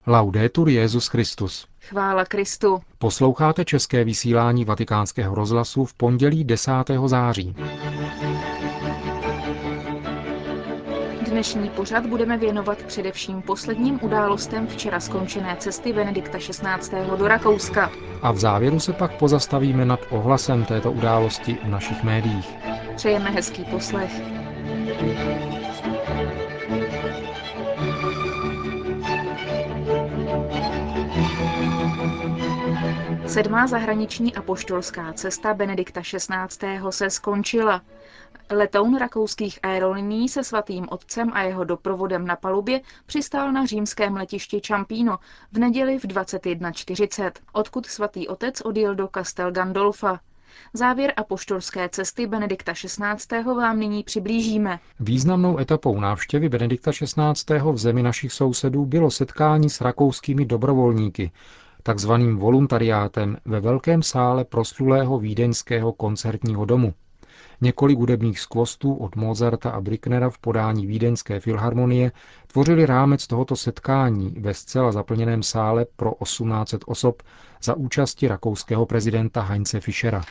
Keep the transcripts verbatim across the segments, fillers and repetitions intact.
Laudetur Jesus Christus. Chvála Kristu. Posloucháte české vysílání Vatikánského rozhlasu v pondělí desátého září. Dnešní pořad budeme věnovat především posledním událostem včera skončené cesty Benedikta šestnáctého. do Rakouska. A v závěru se pak pozastavíme nad ohlasem této události v našich médiích. Přejeme hezký poslech. Sedmá zahraniční apoštolská cesta Benedikta šestnáctého. se skončila. Letoun rakouských aerolinií se svatým otcem a jeho doprovodem na palubě přistál na římském letišti Ciampino v neděli v dvacet jedna čtyřicet, odkud svatý otec odjel do Castel Gandolfa. Závěr apoštolské cesty Benedikta šestnáctého. vám nyní přiblížíme. Významnou etapou návštěvy Benedikta šestnáctého. v zemi našich sousedů bylo setkání s rakouskými dobrovolníky, takzvaným voluntariátem ve velkém sále proslulého vídeňského koncertního domu. Několik hudebních skvostů od Mozarta a Brucknera v podání Vídeňské filharmonie tvořili rámec tohoto setkání ve zcela zaplněném sále pro osmnáct set osob za účasti rakouského prezidenta Heinze Fischera.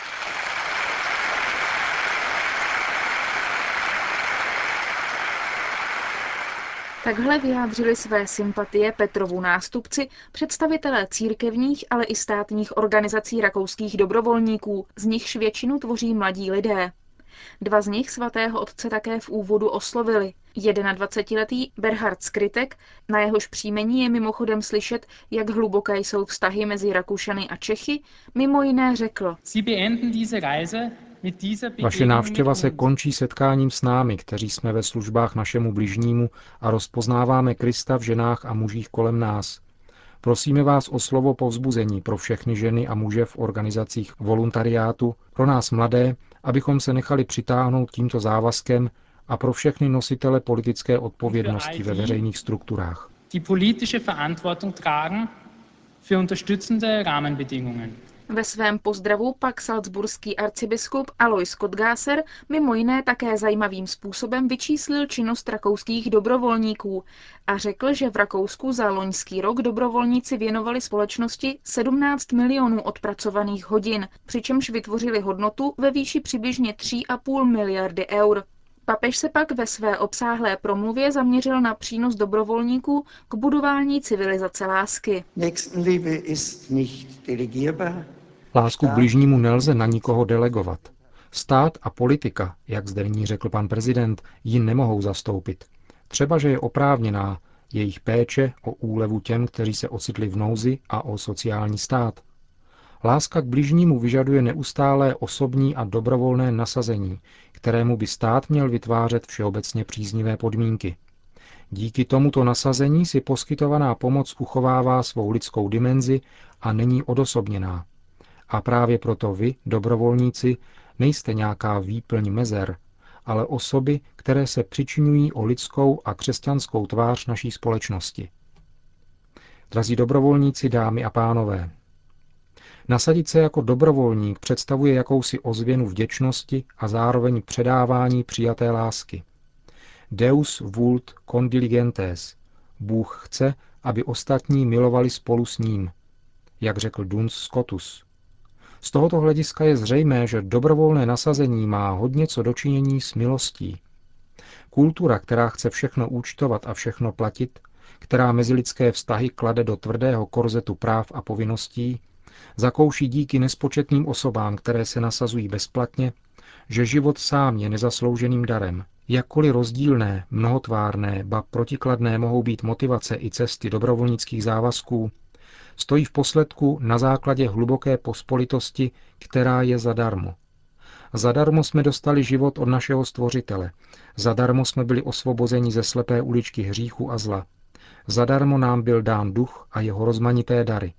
Takhle vyjádřili své sympatie Petrovu nástupci představitelé církevních, ale i státních organizací rakouských dobrovolníků, z nichž většinu tvoří mladí lidé. Dva z nich svatého otce také v úvodu oslovili. dvacetiletý Berhard Skritek, na jehož příjmení je mimochodem slyšet, jak hluboké jsou vztahy mezi Rakušany a Čechy, mimo jiné řekl: Vaše návštěva se končí setkáním s námi, kteří jsme ve službách našemu bližnímu a rozpoznáváme Krista v ženách a mužích kolem nás. Prosíme vás o slovo povzbuzení pro všechny ženy a muže v organizacích voluntariátu, pro nás mladé, abychom se nechali přitáhnout tímto závazkem, a pro všechny nositele politické odpovědnosti ve veřejných strukturách. Ve svém pozdravu pak salcburský arcibiskup Alois Kottgasser mimo jiné také zajímavým způsobem vyčíslil činnost rakouských dobrovolníků a řekl, že v Rakousku za loňský rok dobrovolníci věnovali společnosti sedmnáct milionů odpracovaných hodin, přičemž vytvořili hodnotu ve výši přibližně tři a půl miliardy eur. Papež se pak ve své obsáhlé promluvě zaměřil na přínos dobrovolníků k budování civilizace lásky. Lásku k bližnímu nelze na nikoho delegovat. Stát a politika, jak zde nyní řekl pan prezident, ji nemohou zastoupit. Třeba, že je oprávněná jejich péče o úlevu těm, kteří se ocitli v nouzi, a o sociální stát. Láska k bližnímu vyžaduje neustálé osobní a dobrovolné nasazení, kterému by stát měl vytvářet všeobecně příznivé podmínky. Díky tomuto nasazení si poskytovaná pomoc uchovává svou lidskou dimenzi a není odosobněná. A právě proto vy, dobrovolníci, nejste nějaká výplň mezer, ale osoby, které se přičiňují o lidskou a křesťanskou tvář naší společnosti. Drazí dobrovolníci, dámy a pánové, nasadit se jako dobrovolník představuje jakousi ozvěnu vděčnosti a zároveň předávání přijaté lásky. Deus vult condiligentes. Bůh chce, aby ostatní milovali spolu s ním, jak řekl Duns Scotus. Z tohoto hlediska je zřejmé, že dobrovolné nasazení má hodně co dočinění s milostí. Kultura, která chce všechno účtovat a všechno platit, která mezilidské vztahy klade do tvrdého korzetu práv a povinností, zakouší díky nespočetným osobám, které se nasazují bezplatně, že život sám je nezaslouženým darem. Jakkoliv rozdílné, mnohotvárné, ba protikladné mohou být motivace i cesty dobrovolnických závazků, stojí v posledku na základě hluboké pospolitosti, která je zadarmo. Zadarmo jsme dostali život od našeho Stvořitele, zadarmo jsme byli osvobozeni ze slepé uličky hříchu a zla, zadarmo nám byl dán duch a jeho rozmanité dary.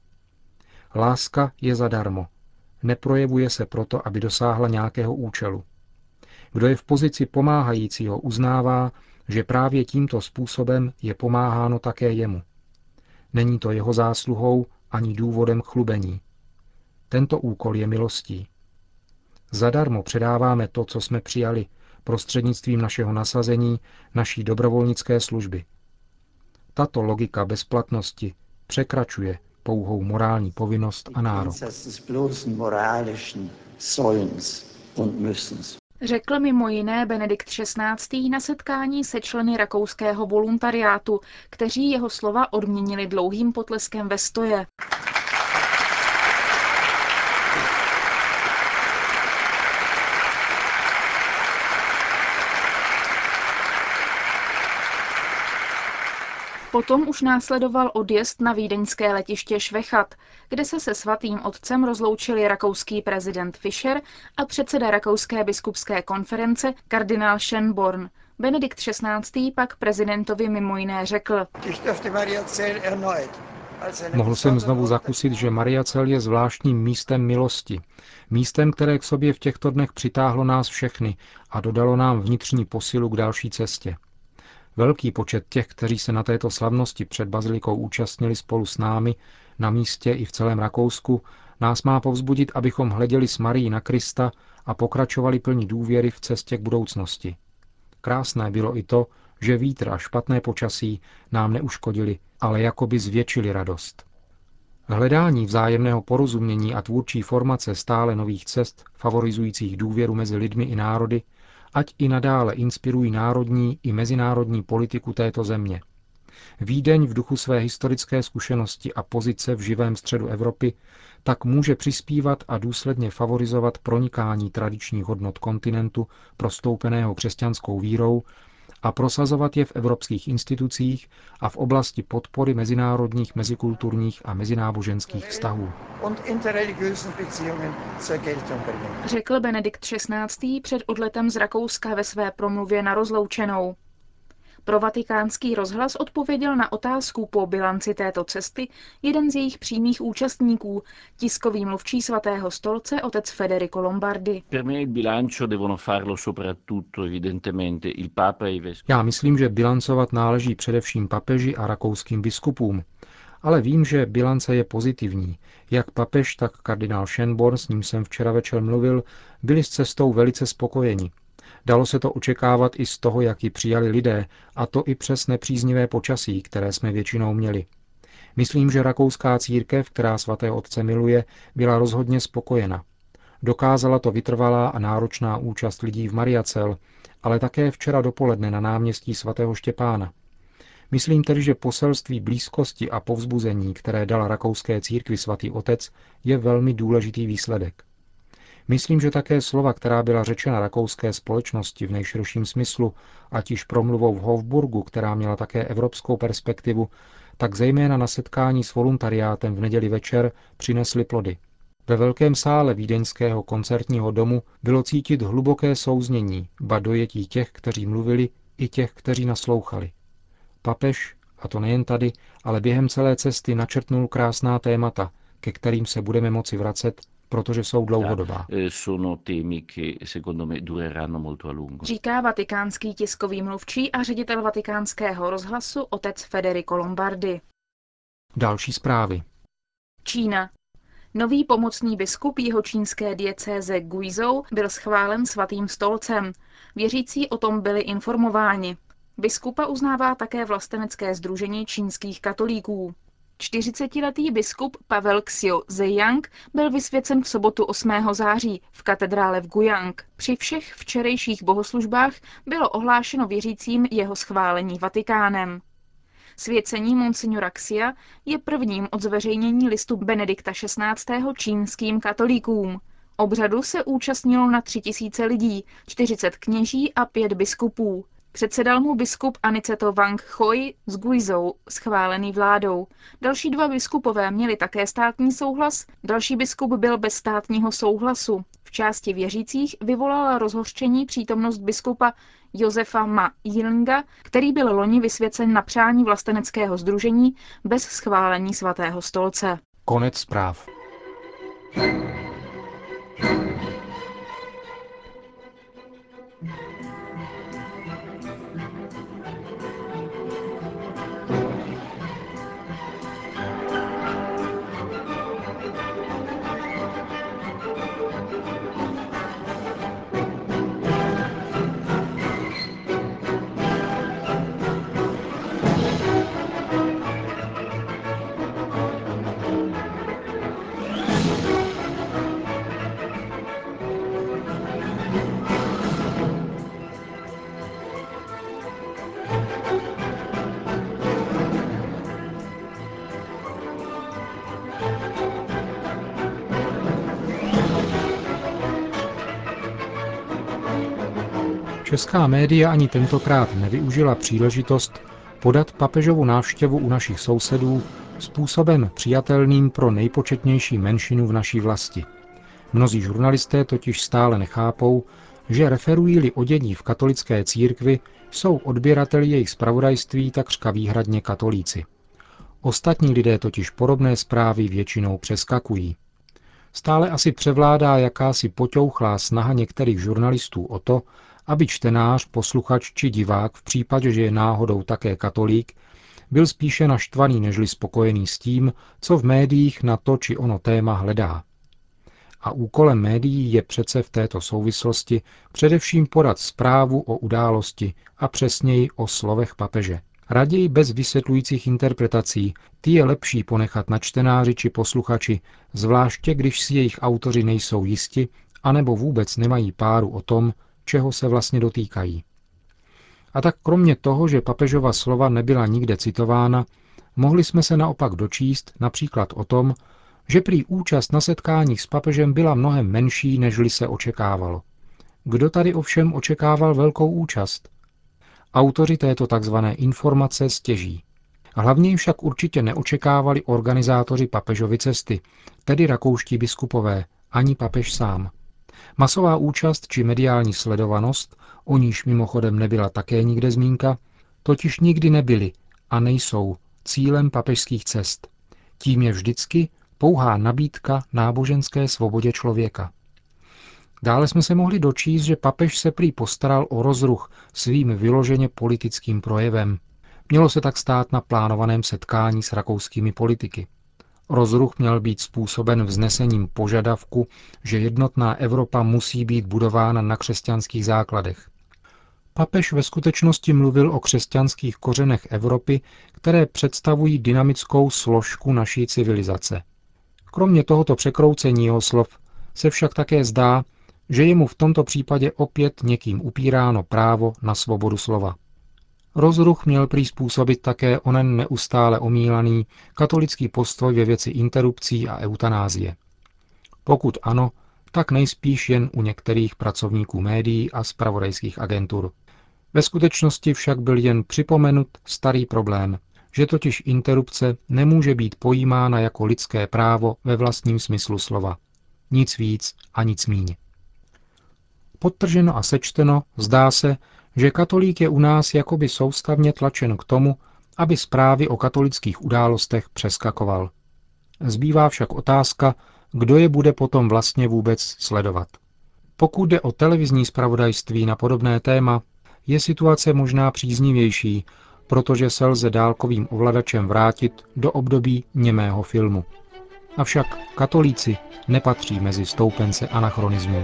Láska je zadarmo, neprojevuje se proto, aby dosáhla nějakého účelu. Kdo je v pozici pomáhajícího, uznává, že právě tímto způsobem je pomáháno také jemu. Není to jeho zásluhou ani důvodem k chlubení. Tento úkol je milostí. Zadarmo předáváme to, co jsme přijali, prostřednictvím našeho nasazení, naší dobrovolnické služby. Tato logika bezplatnosti překračuje pouhou morální povinnost a nárok. Řekl mimo jiné Benedikt šestnáctý na setkání se členy rakouského voluntariátu, kteří jeho slova odměnili dlouhým potleskem ve stoje. Potom už následoval odjezd na vídeňské letiště Švechat, kde se se svatým otcem rozloučili rakouský prezident Fischer a předseda Rakouské biskupské konference kardinál Schönborn. Benedikt šestnáctý pak prezidentovi mimo jiné řekl: Mohl jsem znovu zakusit, že Mariacel je zvláštním místem milosti, místem, které k sobě v těchto dnech přitáhlo nás všechny a dodalo nám vnitřní posilu k další cestě. Velký počet těch, kteří se na této slavnosti před bazilikou účastnili spolu s námi, na místě i v celém Rakousku, nás má povzbudit, abychom hleděli s Marií na Krista a pokračovali plní důvěry v cestě k budoucnosti. Krásné bylo i to, že vítr a špatné počasí nám neuškodili, ale jakoby zvětšili radost. Hledání vzájemného porozumění a tvůrčí formace stále nových cest, favorizujících důvěru mezi lidmi i národy, ať i nadále inspirují národní i mezinárodní politiku této země. Vídeň v duchu své historické zkušenosti a pozice v živém středu Evropy tak může přispívat a důsledně favorizovat pronikání tradičních hodnot kontinentu prostoupeného křesťanskou vírou a prosazovat je v evropských institucích a v oblasti podpory mezinárodních, mezikulturních a mezináboženských vztahů. Řekl Benedikt šestnáctý před odletem z Rakouska ve své promluvě na rozloučenou. Pro Vatikánský rozhlas odpověděl na otázku po bilanci této cesty jeden z jejich přímých účastníků, tiskový mluvčí Svatého stolce otec Federico Lombardi. Já myslím, že bilancovat náleží především papeži a rakouským biskupům, ale vím, že bilance je pozitivní. Jak papež, tak kardinál Schönborn, s ním jsem včera večer mluvil, byli s cestou velice spokojeni. Dalo se to očekávat i z toho, jak ji přijali lidé, a to i přes nepříznivé počasí, které jsme většinou měli. Myslím, že rakouská církev, která svatého otce miluje, byla rozhodně spokojena. Dokázala to vytrvalá a náročná účast lidí v Mariacel, ale také včera dopoledne na náměstí svatého Štěpána. Myslím tedy, že poselství blízkosti a povzbuzení, které dala rakouské církvi svatý otec, je velmi důležitý výsledek. Myslím, že také slova, která byla řečena rakouské společnosti v nejširším smyslu, ať již promluvou v Hofburgu, která měla také evropskou perspektivu, tak zejména na setkání s voluntariátem v neděli večer přinesly plody. Ve velkém sále vídeňského koncertního domu bylo cítit hluboké souznění, ba dojetí těch, kteří mluvili, i těch, kteří naslouchali. Papež, a to nejen tady, ale během celé cesty načrtnul krásná témata, ke kterým se budeme moci vracet, protože jsou dlouhodobá. Říká vatikánský tiskový mluvčí a ředitel vatikánského rozhlasu otec Federico Lombardi. Další zprávy. Čína. Nový pomocný biskup jihočínské diecéze Guizhou byl schválen svatým stolcem. Věřící o tom byli informováni. Biskupa uznává také vlastenecké sdružení čínských katolíků. čtyřicetiletý biskup Pavel Xiao Zhejiang byl vysvěcen v sobotu osmého září v katedrále v Guyang. Při všech včerejších bohoslužbách bylo ohlášeno věřícím jeho schválení Vatikánem. Svěcení monsignora Xia je prvním od zveřejnění listu Benedikta šestnáctého čínským katolíkům. Obřadu se účastnilo na tři tisíce lidí, čtyřicet kněží a pět biskupů. Předsedal mu biskup Aniceto Wang Choi z Guizhou, schválený vládou. Další dva biskupové měli také státní souhlas, další biskup byl bez státního souhlasu. V části věřících vyvolala rozhořčení přítomnost biskupa Josefa Ma Yinga, který byl loni vysvěcen na přání vlasteneckého sdružení bez schválení svatého stolce. Konec zpráv. Česká média ani tentokrát nevyužila příležitost podat papežovu návštěvu u našich sousedů způsobem přijatelným pro nejpočetnější menšinu v naší vlasti. Mnozí žurnalisté totiž stále nechápou, že referují-li o dění v katolické církvi, jsou odběrateli jejich zpravodajství takřka výhradně katolíci. Ostatní lidé totiž podobné zprávy většinou přeskakují. Stále asi převládá jakási poťouchlá snaha některých žurnalistů o to, aby čtenář, posluchač či divák v případě, že je náhodou také katolík, byl spíše naštvaný nežli spokojený s tím, co v médiích na to či ono téma hledá. A úkolem médií je přece v této souvislosti především podat zprávu o události a přesněji o slovech papeže. Raději bez vysvětlujících interpretací, ty je lepší ponechat na čtenáři či posluchači, zvláště když si jejich autoři nejsou jisti, anebo vůbec nemají páru o tom, čeho se vlastně dotýkají. A tak kromě toho, že papežova slova nebyla nikde citována, mohli jsme se naopak dočíst například o tom, že prý účast na setkáních s papežem byla mnohem menší, nežli se očekávalo. Kdo tady ovšem očekával velkou účast? Autoři této tzv. Informace stěží. Hlavně však určitě neočekávali organizátoři papežovy cesty, tedy rakouští biskupové, ani papež sám. Masová účast či mediální sledovanost, o níž mimochodem nebyla také nikde zmínka, totiž nikdy nebyly a nejsou cílem papežských cest. Tím je vždycky pouhá nabídka náboženské svobodě člověka. Dále jsme se mohli dočíst, že papež se prý postaral o rozruch svým vyloženě politickým projevem. Mělo se tak stát na plánovaném setkání s rakouskými politiky. Rozruch měl být způsoben vznesením požadavku, že jednotná Evropa musí být budována na křesťanských základech. Papež ve skutečnosti mluvil o křesťanských kořenech Evropy, které představují dynamickou složku naší civilizace. Kromě tohoto překroucení jeho slov se však také zdá, že je mu v tomto případě opět někým upíráno právo na svobodu slova. Rozruch měl prý způsobit také onen neustále omílaný katolický postoj ve věci interrupcí a eutanázie. Pokud ano, tak nejspíš jen u některých pracovníků médií a zpravodajských agentur. Ve skutečnosti však byl jen připomenut starý problém, že totiž interrupce nemůže být pojímána jako lidské právo ve vlastním smyslu slova. Nic víc a nic míň. Podtrženo a sečteno, zdá se, že katolík je u nás jakoby soustavně tlačen k tomu, aby zprávy o katolických událostech přeskakoval. Zbývá však otázka, kdo je bude potom vlastně vůbec sledovat. Pokud jde o televizní zpravodajství na podobné téma, je situace možná příznivější, protože se lze dálkovým ovladačem vrátit do období němého filmu. Avšak katolíci nepatří mezi stoupence anachronismů.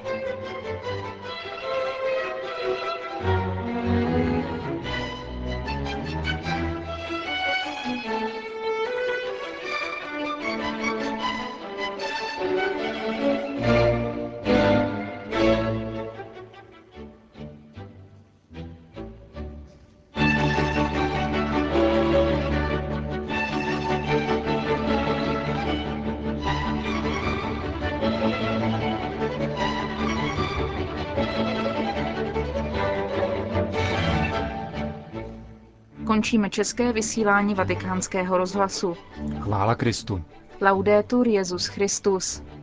Končíme české vysílání Vatikánského rozhlasu. Chvála Kristu. Laudetur Jesus Christus.